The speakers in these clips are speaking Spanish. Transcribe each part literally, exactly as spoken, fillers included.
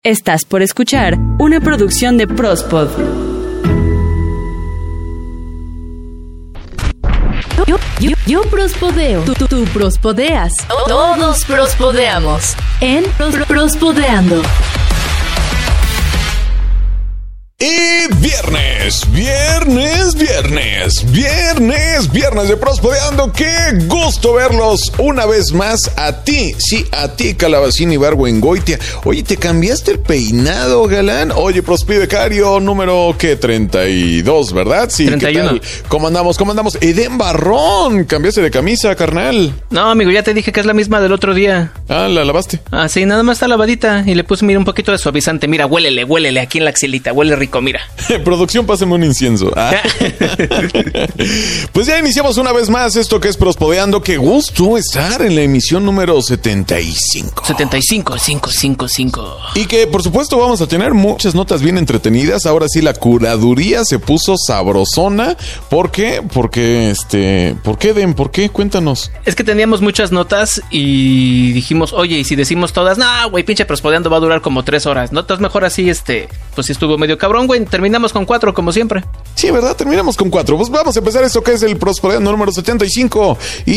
Estás por escuchar una producción de Prospod. Yo, yo, yo prospodeo, tú, tú, tú prospodeas, todos prospodeamos en Pros- Prospodeando. Y viernes, viernes, viernes, viernes, viernes de Prospodeando. ¡Qué gusto verlos una vez más! A ti, sí, a ti, Calabacín Ibargüengoitia. Oye, ¿te cambiaste el peinado, galán? Oye, Prospi Becario, número, ¿qué? treinta y dos, ¿verdad? Sí, treinta y uno. ¿Qué tal? ¿Cómo andamos? ¿Cómo andamos? Edén Barrón, ¿cambiaste de camisa, carnal? No, amigo, ya te dije que es la misma del otro día. Ah, ¿la lavaste? Ah, sí, nada más está lavadita. Y le puse, mira, un poquito de suavizante. Mira, huélele, huélele aquí en la axilita. Huele rico, mira. Producción, pásame un incienso. Ah. Pues ya iniciamos una vez más esto que es Prospodeando. Qué gusto estar en la emisión número setenta y cinco. setenta y cinco, cinco, cinco, cinco. Y que por supuesto vamos a tener muchas notas bien entretenidas. Ahora sí la curaduría se puso sabrosona. ¿Por qué? Porque este, ¿por qué, Den? ¿Por qué? Cuéntanos. Es que teníamos muchas notas y dijimos, oye, y si decimos todas, no, güey, pinche Prospodeando va a durar como tres horas. Notas mejor así, este, pues si estuvo medio cabrón, güey. Terminamos con cuatro, como siempre. Sí, ¿verdad? Terminamos con cuatro. Pues vamos a empezar esto que es el Prospodeando número setenta y cinco.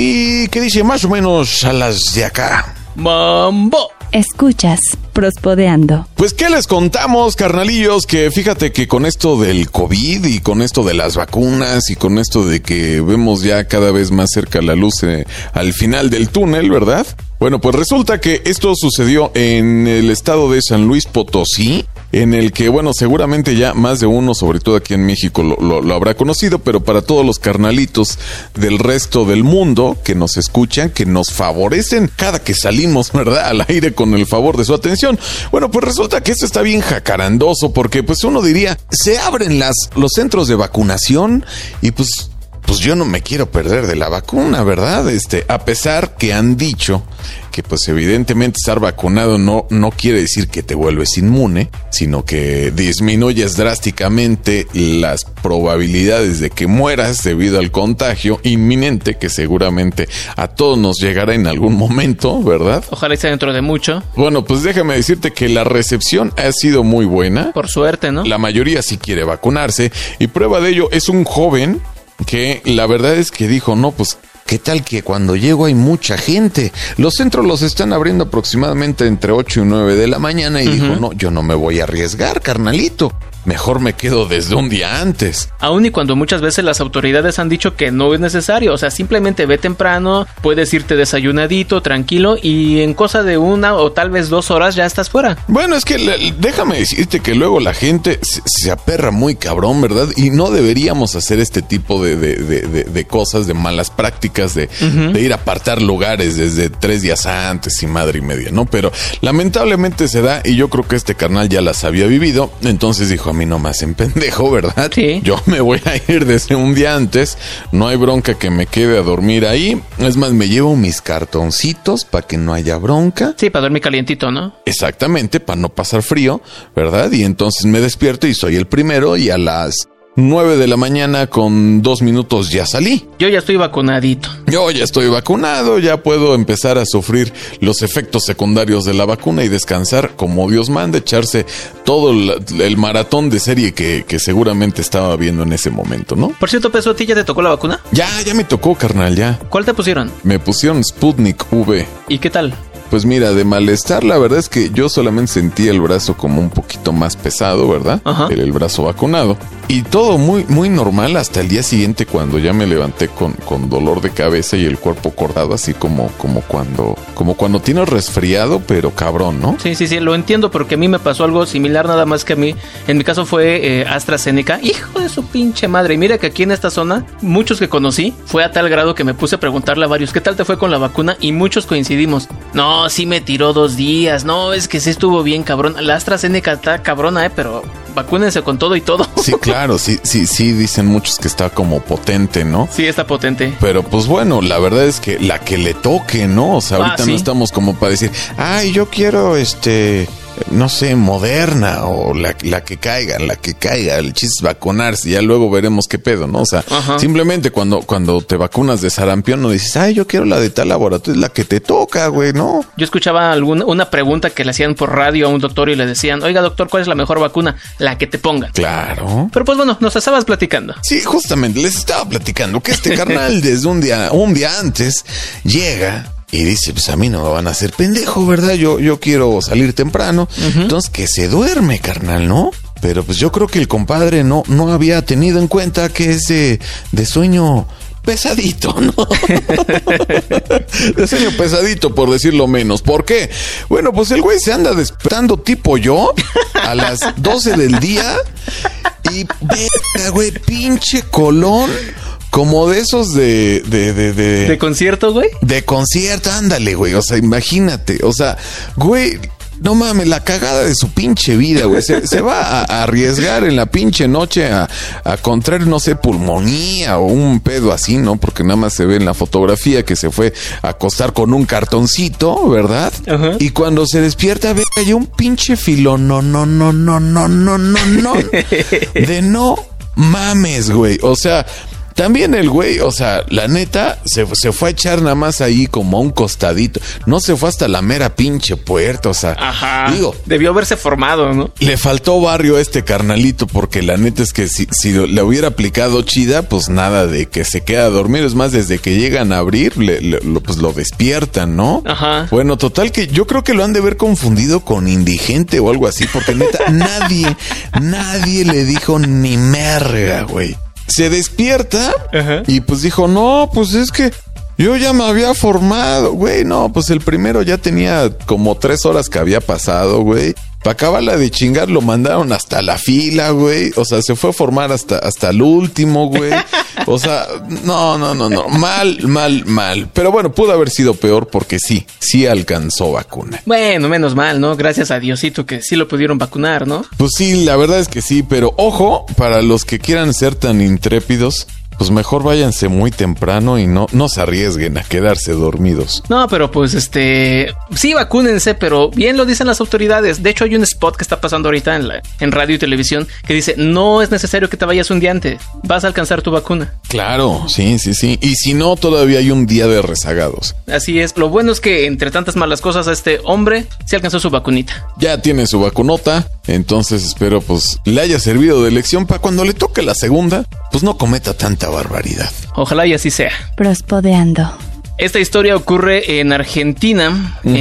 Y que dice más o menos a las de acá. ¡Mambo! Escuchas Prospodeando. Pues, ¿qué les contamos, carnalillos? Que fíjate que con esto del COVID y con esto de las vacunas y con esto de que vemos ya cada vez más cerca la luz eh, al final del túnel, ¿verdad? Bueno, pues resulta que esto sucedió en el estado de San Luis Potosí, en el que, bueno, seguramente ya más de uno, sobre todo aquí en México, lo, lo, lo habrá conocido, pero para todos los carnalitos del resto del mundo que nos escuchan, que nos favorecen cada que salimos, ¿verdad?, al aire con el favor de su atención. Bueno, pues resulta que esto está bien jacarandoso, porque pues uno diría, se abren las, los centros de vacunación y pues... Pues yo no me quiero perder de la vacuna, ¿verdad? Este, a pesar que han dicho que pues evidentemente estar vacunado no, no quiere decir que te vuelves inmune, sino que disminuyes drásticamente las probabilidades de que mueras debido al contagio inminente que seguramente a todos nos llegará en algún momento, ¿verdad? Ojalá sea dentro de mucho. Bueno, pues déjame decirte que la recepción ha sido muy buena. Por suerte, ¿no? La mayoría sí quiere vacunarse y prueba de ello es un joven que la verdad es que dijo, no, pues, ¿qué tal que cuando llego hay mucha gente? Los centros los están abriendo aproximadamente entre ocho y nueve de la mañana y uh-huh. dijo, no, yo no me voy a arriesgar, carnalito. Mejor me quedo desde un día antes. Aún y cuando muchas veces las autoridades han dicho que no es necesario. O sea, simplemente ve temprano, puedes irte desayunadito, tranquilo, y en cosa de una o tal vez dos horas ya estás fuera. Bueno, es que le, déjame decirte que luego la gente se, se aperra muy cabrón, ¿verdad? Y no deberíamos hacer este tipo de, de, de, de, de cosas, de malas prácticas, de, uh-huh. de ir a apartar lugares desde tres días antes y madre y media, ¿no? Pero lamentablemente se da y yo creo que este carnal ya las había vivido, entonces dijo, a mí no me hacen pendejo, ¿verdad? Sí. Yo me voy a ir desde un día antes, no hay bronca que me quede a dormir ahí. Es más, me llevo mis cartoncitos para que no haya bronca. Sí, para dormir calientito, ¿no? Exactamente, para no pasar frío, ¿verdad? Y entonces me despierto y soy el primero y a las nueve de la mañana con dos minutos ya salí. Yo ya estoy vacunadito. Yo ya estoy vacunado, ya puedo empezar a sufrir los efectos secundarios de la vacuna y descansar como Dios manda, echarse todo el, el maratón de serie que, que seguramente estaba viendo en ese momento, ¿no? Por cierto, Peso, ¿a ti ya te tocó la vacuna? Ya, ya me tocó, carnal, ya. ¿Cuál te pusieron? Me pusieron Sputnik V. ¿Y qué tal? Pues mira, de malestar, la verdad es que yo solamente sentí el brazo como un poquito más pesado, ¿verdad? Ajá. El, el brazo vacunado. Y todo muy, muy normal hasta el día siguiente cuando ya me levanté con, con dolor de cabeza y el cuerpo cortado, así como, como cuando, como cuando tienes resfriado, pero cabrón, ¿no? Sí, sí, sí, lo entiendo porque a mí me pasó algo similar, nada más que a mí. En mi caso fue eh, AstraZeneca. Hijo de su pinche madre. Y mira que aquí en esta zona, muchos que conocí, fue a tal grado que me puse a preguntarle a varios, ¿qué tal te fue con la vacuna? Y muchos coincidimos. No, sí me tiró dos días. No, es que sí estuvo bien cabrón. La AstraZeneca está cabrona, eh, pero vacúnense con todo y todo. Sí, claro, sí, sí, sí, dicen muchos que está como potente, ¿no? Sí, está potente. Pero pues bueno, la verdad es que la que le toque, ¿no? O sea, ahorita ah, sí. no estamos como para decir, ay, yo quiero este no sé, Moderna o la, la que caiga, la que caiga, el chiste es vacunarse, ya luego veremos qué pedo, ¿no? O sea, ajá, simplemente cuando, cuando te vacunas de sarampión no dices, ay, yo quiero la de tal laboratorio, es la que te toca, güey, ¿no? Yo escuchaba alguna, una pregunta que le hacían por radio a un doctor y le decían, oiga, doctor, ¿cuál es la mejor vacuna? La que te pongan. Claro. Pero pues bueno, nos estabas platicando. Sí, justamente, les estaba platicando que este carnal desde un día, un día antes llega y dice, pues a mí no me van a hacer pendejo, ¿verdad? Yo, yo quiero salir temprano. Uh-huh. Entonces que se duerme, carnal, ¿no? Pero pues yo creo que el compadre no, no había tenido en cuenta que es de, de sueño pesadito, ¿no? De sueño pesadito, por decirlo menos. ¿Por qué? Bueno, pues el güey se anda despertando tipo yo a las doce del día y verga, güey, pinche colón. Como de esos de... ¿De, de, de, ¿De concierto, güey? De concierto, ándale, güey. O sea, imagínate. O sea, güey, no mames, la cagada de su pinche vida, güey. Se, se va a, a arriesgar en la pinche noche a, a contraer, no sé, pulmonía o un pedo así, ¿no? Porque nada más se ve en la fotografía que se fue a acostar con un cartoncito, ¿verdad? Uh-huh. Y cuando se despierta, ve que hay un pinche filón. No, no, no, no, no, no, no, no. De no mames, güey. O sea... También el güey, o sea, la neta, se, se fue a echar nada más ahí como a un costadito. No se fue hasta la mera pinche puerta, o sea. Ajá. Digo, debió haberse formado, ¿no? Le faltó barrio a este carnalito porque la neta es que si, si le hubiera aplicado chida, pues nada de que se queda a dormir. Es más, desde que llegan a abrir, le, le, lo, pues lo despiertan, ¿no? Ajá. Bueno, total que yo creo que lo han de haber confundido con indigente o algo así, porque neta, nadie, nadie le dijo ni merga, güey. Se despierta, ajá, y pues dijo, no, pues es que yo ya me había formado, güey. No, pues el primero ya tenía como tres horas que había pasado, güey. Para acabarla de chingar lo mandaron hasta la fila, güey. O sea, se fue a formar hasta, hasta el último, güey. O sea, no, no, no, no. Mal, mal, mal. Pero bueno, pudo haber sido peor porque sí, sí alcanzó vacuna. Bueno, menos mal, ¿no? Gracias a Diosito que sí lo pudieron vacunar, ¿no? Pues sí, la verdad es que sí. Pero ojo, para los que quieran ser tan intrépidos, pues mejor váyanse muy temprano y no, no se arriesguen a quedarse dormidos. No, pero pues este... sí, vacúnense, pero bien lo dicen las autoridades. De hecho, hay un spot que está pasando ahorita en, la, en radio y televisión que dice, no es necesario que te vayas un día antes, vas a alcanzar tu vacuna. Claro, sí, sí, sí. Y si no, todavía hay un día de rezagados. Así es. Lo bueno es que entre tantas malas cosas, a este hombre se alcanzó su vacunita. Ya tiene su vacunota, entonces espero pues le haya servido de lección para cuando le toque la segunda, pues no cometa tanta barbaridad. Ojalá y así sea. Prospodeando. Esta historia ocurre en Argentina, uh-huh,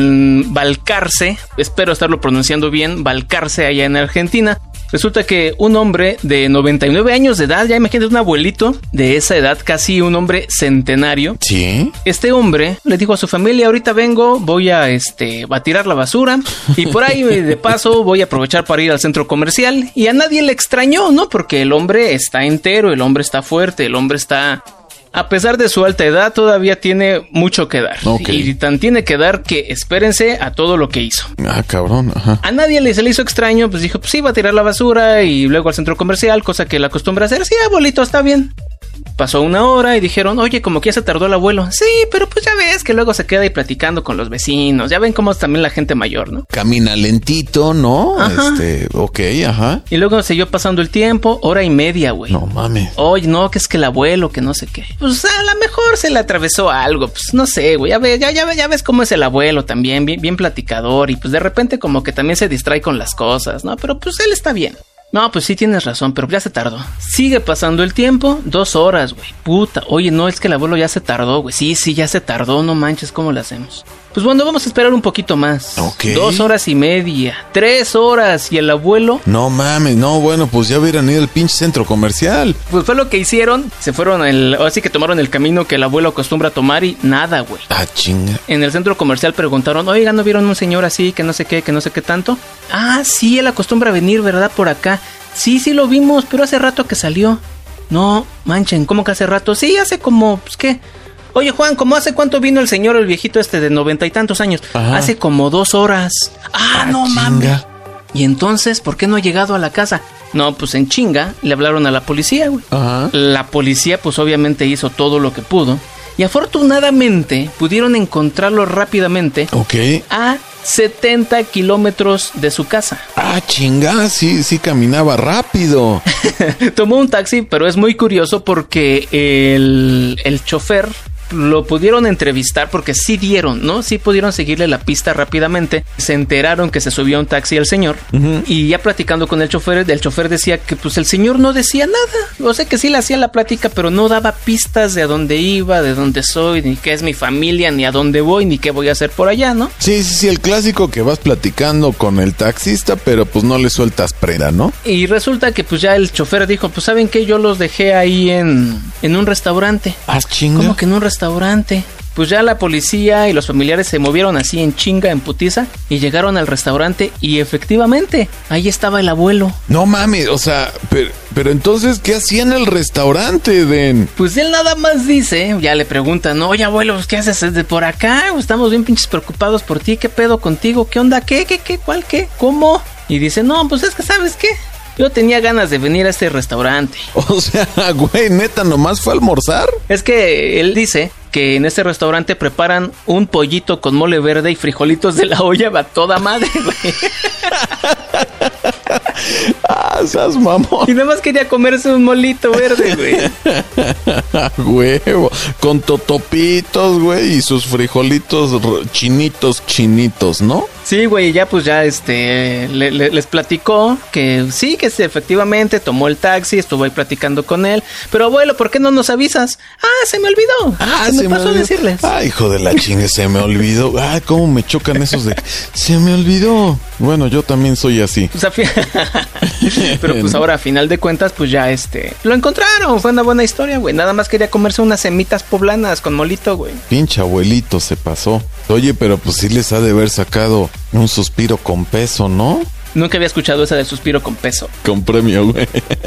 en Balcarce. Espero estarlo pronunciando bien, Balcarce, allá en Argentina. Resulta que un hombre de noventa y nueve años de edad, ya imagínate un abuelito de esa edad, casi un hombre centenario. Sí. Este hombre le dijo a su familia, ahorita vengo, voy a este a tirar la basura y por ahí de paso voy a aprovechar para ir al centro comercial. Y a nadie le extrañó, ¿no? Porque el hombre está entero, el hombre está fuerte, el hombre está... A pesar de su alta edad, todavía tiene mucho que dar. Okay. Y tan tiene que dar que espérense a todo lo que hizo. Ah, cabrón, ajá. A nadie le, se le hizo extraño, pues dijo, pues sí, va a tirar la basura y luego al centro comercial, cosa que él acostumbra a hacer. Sí, abuelito, está bien. Pasó una hora y dijeron, oye, como que ya se tardó el abuelo. Sí, pero pues ya ves que luego se queda ahí platicando con los vecinos. Ya ven cómo es también la gente mayor, ¿no? Camina lentito, ¿no? Ajá. Este, ok, ajá. Y luego siguió pasando el tiempo, hora y media, güey. No mames. Oye, no, que es que el abuelo, que no sé qué. Pues a lo mejor se le atravesó algo, pues no sé, güey. Ya ves, ya, ya, ya ves cómo es el abuelo también, bien, bien platicador. Y pues de repente como que también se distrae con las cosas, ¿no? Pero pues él está bien. No, pues sí tienes razón, pero ya se tardó. Sigue pasando el tiempo, dos horas, güey. Puta, oye, no, es que el abuelo ya se tardó, güey. Sí, sí, ya se tardó, no manches, ¿cómo le hacemos? Pues bueno, vamos a esperar un poquito más. Ok. Dos horas y media, tres horas, y el abuelo... No mames, no, bueno, pues ya hubieran ido al pinche centro comercial. Pues fue lo que hicieron, se fueron, el, así que tomaron el camino que el abuelo acostumbra a tomar y nada, güey. Ah, chinga. En el centro comercial preguntaron, oiga, ¿no vieron un señor así, que no sé qué, que no sé qué tanto? Ah, sí, él acostumbra a venir, ¿verdad? Por acá. Sí, sí lo vimos, pero hace rato que salió. No, manchen, ¿cómo que hace rato? Sí, hace como, pues, ¿qué? Oye, Juan, ¿cómo hace cuánto vino el señor, el viejito este de noventa y tantos años? Ajá. Hace como dos horas. Ah, ah no mames. Y entonces, ¿por qué no ha llegado a la casa? No, pues en chinga, le hablaron a la policía, güey. Ajá. La policía, pues obviamente hizo todo lo que pudo. Y afortunadamente pudieron encontrarlo rápidamente. Ok. A setenta kilómetros de su casa. Ah, chinga, sí, sí caminaba rápido. Tomó un taxi, pero es muy curioso porque el, el chofer lo pudieron entrevistar porque sí dieron, ¿no? Sí pudieron seguirle la pista rápidamente. Se enteraron que se subió a un taxi el señor. Uh-huh. Y ya platicando con el chofer, el chofer decía que pues el señor no decía nada. O sea que sí le hacía la plática, pero no daba pistas de a dónde iba, de dónde soy, ni qué es mi familia, ni a dónde voy, ni qué voy a hacer por allá, ¿no? Sí, sí, sí, el clásico que vas platicando con el taxista, pero pues no le sueltas prenda, ¿no? Y resulta que pues ya el chofer dijo, pues ¿saben qué? Yo los dejé ahí en, en un restaurante. Ah, chinga. ¿Cómo que en un restaurante? Restaurante. Pues ya la policía y los familiares se movieron así en chinga, en putiza, y llegaron al restaurante y efectivamente, ahí estaba el abuelo. No mames, o sea, pero, pero entonces, ¿qué hacía en el restaurante, Den? Pues él nada más dice, ya le preguntan, oye abuelo, ¿qué haces desde por acá? Estamos bien pinches preocupados por ti, ¿qué pedo contigo? ¿Qué onda? ¿Qué? ¿Qué? ¿Qué? ¿Cuál? ¿Qué? ¿Cómo? Y dice, no, pues es que ¿sabes qué? Yo tenía ganas de venir a este restaurante. O sea, güey, neta, ¿nomás fue a almorzar? Es que él dice que en este restaurante preparan un pollito con mole verde y frijolitos de la olla a toda madre, güey. Ah, esas mamón. Y nada más quería comerse un molito verde, güey. Huevo. Con totopitos, güey, y sus frijolitos chinitos, chinitos, ¿no? Sí, güey, ya pues ya este le, le, les platicó que sí, que sí, efectivamente tomó el taxi, estuvo ahí platicando con él. Pero abuelo, ¿por qué no nos avisas? Ah, se me olvidó. Ah, se, se me me pasó olvidó. a decirles. Ay, hijo de la chingue, se me olvidó. Ay, cómo me chocan esos de... Se me olvidó. Bueno, yo también soy así. O sea, fi- pero pues ahora, a final de cuentas, pues ya este... Lo encontraron, fue una buena historia, güey. Nada más quería comerse unas semitas poblanas con molito, güey. Pinche abuelito se pasó. Oye, pero pues sí les ha de haber sacado un suspiro con peso, ¿no? Nunca había escuchado esa del suspiro con peso. Con premio, güey.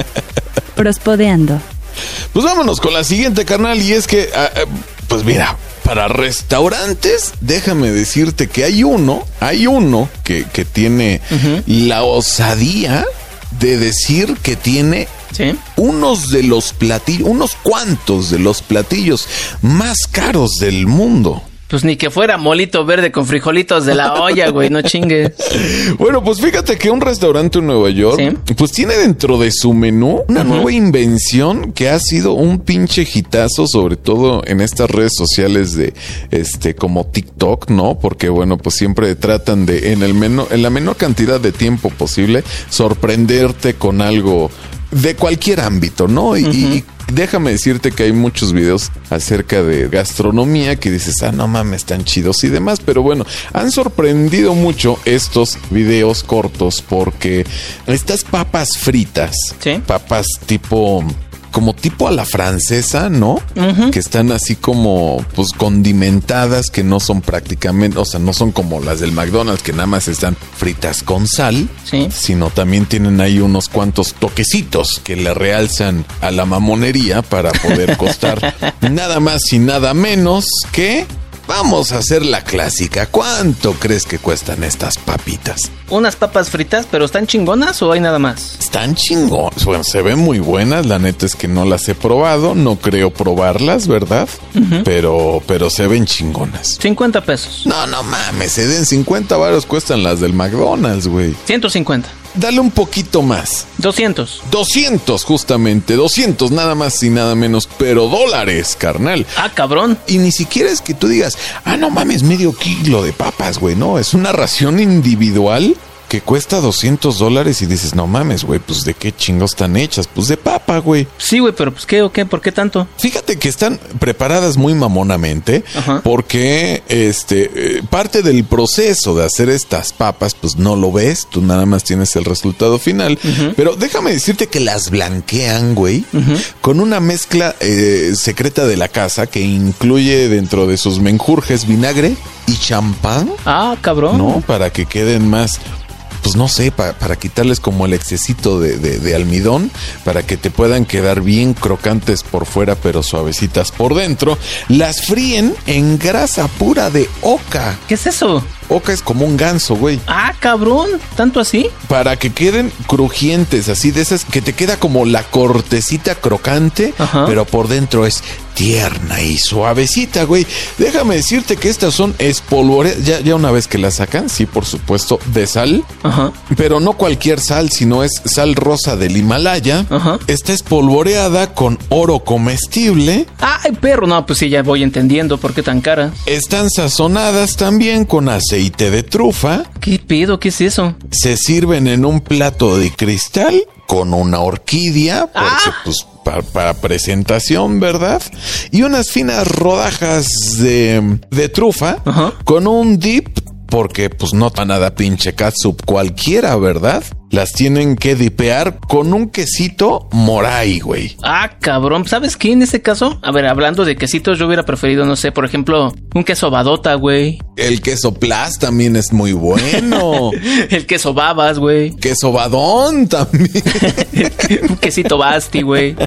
Prospodeando. Pues vámonos con la siguiente, carnal. Y es que, uh, pues mira, para restaurantes, déjame decirte que hay uno, hay uno que, que tiene uh-huh. la osadía de decir que tiene ¿sí? unos de los platillos, unos cuantos de los platillos más caros del mundo. Pues ni que fuera molito verde con frijolitos de la olla, güey, no chingues. Bueno, pues fíjate que un restaurante en Nueva York, ¿sí? Pues tiene dentro de su menú una uh-huh. nueva invención que ha sido un pinche hitazo, sobre todo en estas redes sociales de, este, como TikTok, ¿no? Porque, bueno, pues siempre tratan de, en el menor, en la menor cantidad de tiempo posible, sorprenderte con algo de cualquier ámbito, ¿no? Y, uh-huh. y déjame decirte que hay muchos videos acerca de gastronomía que dices, ah, no mames, están chidos y demás, pero bueno, han sorprendido mucho estos videos cortos porque estas papas fritas, ¿sí? Papas tipo... como tipo a la francesa, ¿no? Uh-huh. Que están así como, pues, condimentadas, que no son prácticamente, o sea, no son como las del McDonald's, que nada más están fritas con sal, sí. Sino también tienen ahí unos cuantos toquecitos que le realzan a la mamonería para poder costar nada más y nada menos que... Vamos a hacer la clásica. ¿Cuánto crees que cuestan estas papitas? Unas papas fritas, pero ¿están chingonas o hay nada más? Están chingonas. Bueno, se ven muy buenas. La neta es que no las he probado. No creo probarlas, ¿verdad? Uh-huh. Pero, pero se ven chingonas. cincuenta pesos. No, no mames. Se den cincuenta varos cuestan las del McDonald's, güey. ciento cincuenta. Dale un poquito más. doscientos. doscientos, justamente. doscientos, nada más y nada menos. Pero dólares, carnal. Ah, cabrón. Y ni siquiera es que tú digas, ah, no mames, medio kilo de papas, güey. No, es una ración individual que cuesta doscientos dólares y dices, no mames, güey, pues ¿de qué chingos están hechas? Pues de papa, güey. Sí, güey, pero pues ¿qué o qué? ¿Por qué tanto? Fíjate que están preparadas muy mamonamente. Ajá. Porque este eh, parte del proceso de hacer estas papas, pues no lo ves, tú nada más tienes el resultado final. Uh-huh. Pero déjame decirte que las blanquean, güey, uh-huh. con una mezcla eh, secreta de la casa que incluye dentro de sus menjurjes vinagre y champán. Ah, cabrón. No, para que queden más... pues no sé, pa, para quitarles como el excesito de, de, de almidón, para que te puedan quedar bien crocantes por fuera, pero suavecitas por dentro. Las fríen en grasa pura de oca. ¿Qué es eso? Oca es como un ganso, güey. Ah, cabrón, ¿tanto así? Para que queden crujientes, así de esas que te queda como la cortecita crocante, ajá, pero por dentro es tierna y suavecita, güey. Déjame decirte que estas son espolvoreadas, ya, ya una vez que las sacan, sí, por supuesto, de sal, ajá, pero no cualquier sal, sino es sal rosa del Himalaya. Ajá. Está espolvoreada con oro comestible. Ay, perro, no, pues sí, ya voy entendiendo por qué tan cara. Están sazonadas también con aceite de trufa. ¿Qué pedo? ¿Qué es eso? Se sirven en un plato de cristal con una orquídea, porque ah. pues para, para presentación, ¿verdad? Y unas finas rodajas de, de trufa, ajá, con un dip, porque pues no está nada pinche catsup cualquiera, ¿verdad? Las tienen que dipear con un quesito Moray, güey. Ah, cabrón. ¿Sabes qué? En ese caso, a ver, hablando de quesitos, yo hubiera preferido, no sé, por ejemplo, un queso badota, güey. El queso Plas también es muy bueno. El queso babas, güey. Queso badón también. Un quesito basti, güey.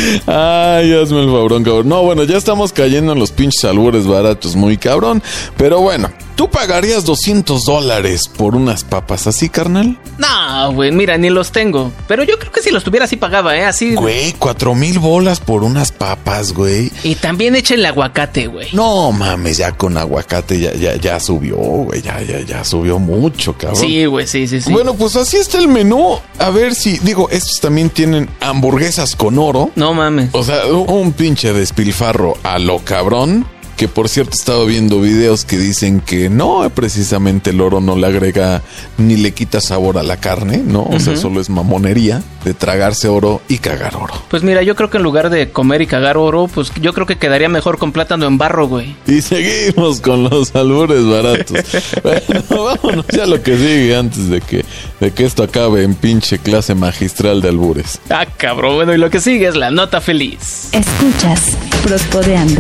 Ay, hazme el fabrón, cabrón. No, bueno, ya estamos cayendo en los pinches albures baratos, muy cabrón. Pero bueno, ¿tú pagarías doscientos dólares por unas papas así, carnal? No, güey, mira, ni los tengo. Pero yo creo que si los tuviera así pagaba, ¿eh? Así. Güey, cuatro mil bolas por unas papas, güey. Y también échenle aguacate, güey. No mames, ya con aguacate ya, ya, ya subió, güey. Ya, ya, ya subió mucho, cabrón. Sí, güey, sí, sí, sí. Bueno, pues así está el menú. A ver si, digo, estos también tienen hamburguesas con oro. No mames. O sea, un pinche despilfarro a lo cabrón. Que por cierto he estado viendo videos que dicen que no, precisamente el oro no le agrega ni le quita sabor a la carne, ¿no? O uh-huh. sea, solo es mamonería de tragarse oro y cagar oro. Pues mira, yo creo que en lugar de comer y cagar oro, pues yo creo que quedaría mejor con plátano en barro, güey. Y seguimos con los albures baratos. Bueno, vámonos ya a lo que sigue antes de que, de que esto acabe en pinche clase magistral de albures. Ah, cabrón, bueno, y lo que sigue es la nota feliz. Escuchas Prospodeando.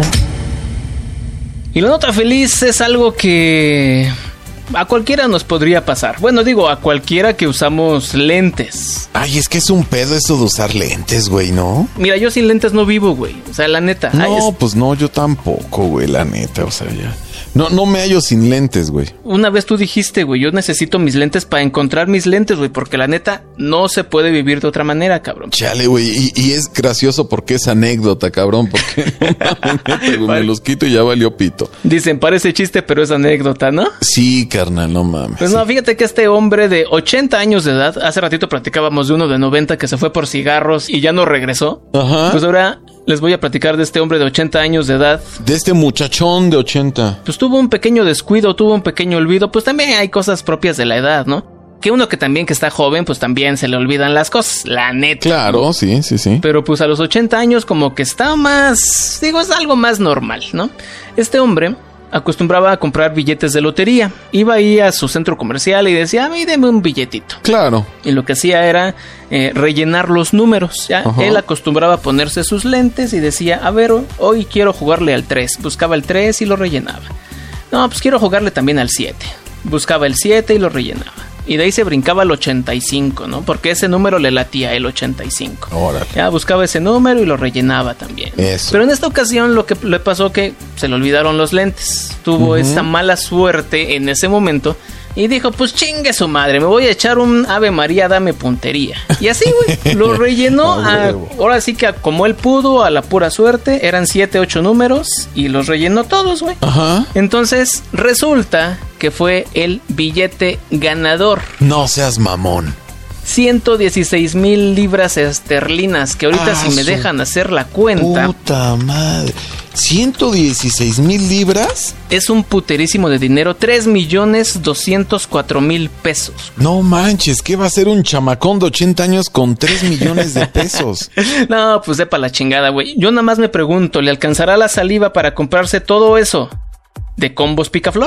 Y la nota feliz es algo que a cualquiera nos podría pasar. Bueno, digo, a cualquiera que usamos lentes. Ay, es que es un pedo eso de usar lentes, güey, ¿no? Mira, yo sin lentes no vivo, güey. O sea, la neta. No, ay, es... pues no, yo tampoco, güey, la neta, o sea, ya... No, no me hallo sin lentes, güey. Una vez tú dijiste, güey, yo necesito mis lentes para encontrar mis lentes, güey, porque la neta no se puede vivir de otra manera, cabrón. Chale, güey, y, y es gracioso porque es anécdota, cabrón, porque no, neta, güey, me los quito y ya valió pito. Dicen, parece chiste, pero es anécdota, ¿no? Sí, carnal, no mames. Pues sí. No, fíjate que este hombre de ochenta años de edad, hace ratito platicábamos de uno de noventa que se fue por cigarros y ya no regresó. Ajá. Pues ahora les voy a platicar de este hombre de ochenta años de edad. De este muchachón de ochenta. Pues tuvo un pequeño descuido, tuvo un pequeño olvido. Pues también hay cosas propias de la edad, ¿no? Que uno que también que está joven, pues también se le olvidan las cosas, la neta. Claro, ¿no? sí, sí, sí. Pero pues a los ochenta años como que está más, digo, es algo más normal, ¿no? Este hombre acostumbraba a comprar billetes de lotería. Iba ahí a su centro comercial y decía, a mí deme un billetito. Claro. Y lo que hacía era eh, rellenar los números. ¿Ya? Él acostumbraba a ponerse sus lentes y decía, a ver, hoy quiero jugarle al tres. Buscaba el tres y lo rellenaba. No, pues quiero jugarle también al siete. Buscaba el siete y lo rellenaba. Y de ahí se brincaba al ochenta y cinco, ¿no? Porque ese número le latía, el ochenta y cinco. Órale. Ya buscaba ese número y lo rellenaba también. Eso. Pero en esta ocasión lo que le pasó que se le olvidaron los lentes. Tuvo uh-huh. esa mala suerte en ese momento. Y dijo, pues chingue su madre, me voy a echar un Ave María, dame puntería. Y así, güey, lo rellenó. a, ahora sí que como él pudo, a la pura suerte. Eran siete, ocho números y los rellenó todos, güey. Ajá. Entonces, resulta que fue el billete ganador. No seas mamón. ciento dieciséis mil libras esterlinas, que ahorita ah, si me dejan hacer la cuenta... Puta madre. ¿ciento dieciséis mil libras? Es un puterísimo de dinero, tres millones doscientos cuatro mil pesos. No manches, ¿qué va a ser un chamacón de ochenta años con tres millones de pesos? No, pues sepa la chingada, güey. Yo nada más me pregunto, ¿le alcanzará la saliva para comprarse todo eso? ¿De combos picaflor?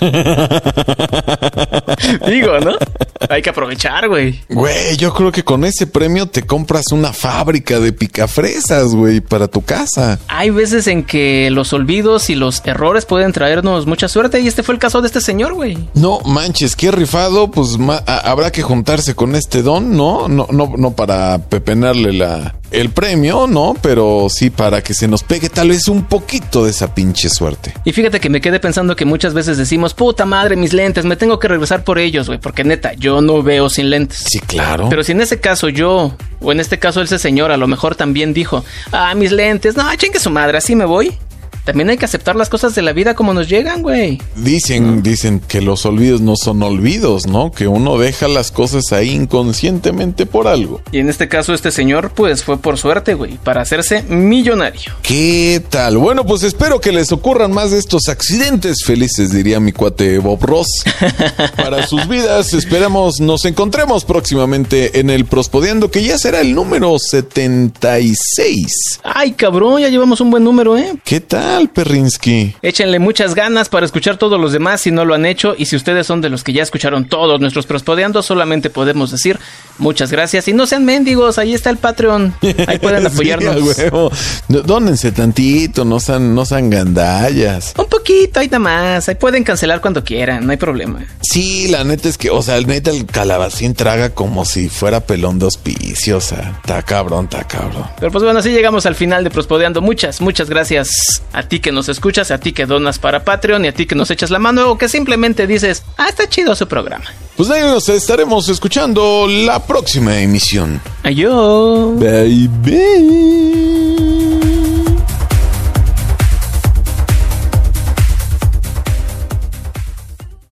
Digo, ¿no? Hay que aprovechar, güey. Güey, yo creo que con ese premio te compras una fábrica de picafresas, güey, para tu casa. Hay veces en que los olvidos y los errores pueden traernos mucha suerte y este fue el caso de este señor, güey. No manches, qué rifado, pues ma- a- habrá que juntarse con este don, ¿no? No, no, no para pepenarle la... el premio, ¿no? Pero sí para que se nos pegue tal vez un poquito de esa pinche suerte. Y fíjate que me quedé pensando que muchas veces decimos, puta madre, mis lentes, me tengo que regresar por ellos, güey, porque neta, yo no veo sin lentes. Sí, claro. Pero si en ese caso yo, o en este caso ese señor, a lo mejor también dijo, ah, mis lentes, no, chingue su madre, así me voy. También hay que aceptar las cosas de la vida como nos llegan, güey. Dicen, ¿no? Dicen que los olvidos no son olvidos, ¿no? Que uno deja las cosas ahí inconscientemente por algo. Y en este caso este señor, pues fue por suerte, güey, para hacerse millonario. ¿Qué tal? Bueno, pues espero que les ocurran más de estos accidentes felices, diría mi cuate Bob Ross. Para sus vidas, esperamos nos encontremos próximamente en el Prospodeando, que ya será el número setenta y seis. Ay, cabrón, ya llevamos un buen número, ¿eh? ¿Qué tal, Perrinsky? Échenle muchas ganas para escuchar todos los demás si no lo han hecho, y si ustedes son de los que ya escucharon todos nuestros Prospodeando, solamente podemos decir muchas gracias y no sean mendigos, ahí está el Patreon, ahí pueden apoyarnos. Sí, huevo. Dónense tantito, no sean, no sean gandallas. Un poquito, ahí nada más, ahí pueden cancelar cuando quieran, no hay problema. Sí, la neta es que, o sea, el neta el calabacín traga como si fuera pelón de hospicio, o sea, está cabrón, está cabrón. Pero pues bueno, así llegamos al final de Prospodeando. Muchas, muchas gracias a ti que nos escuchas, a ti que donas para Patreon y a ti que nos echas la mano o que simplemente dices, ah, está chido su programa. Pues ahí nos estaremos escuchando la próxima emisión. Adiós. Bye, bye.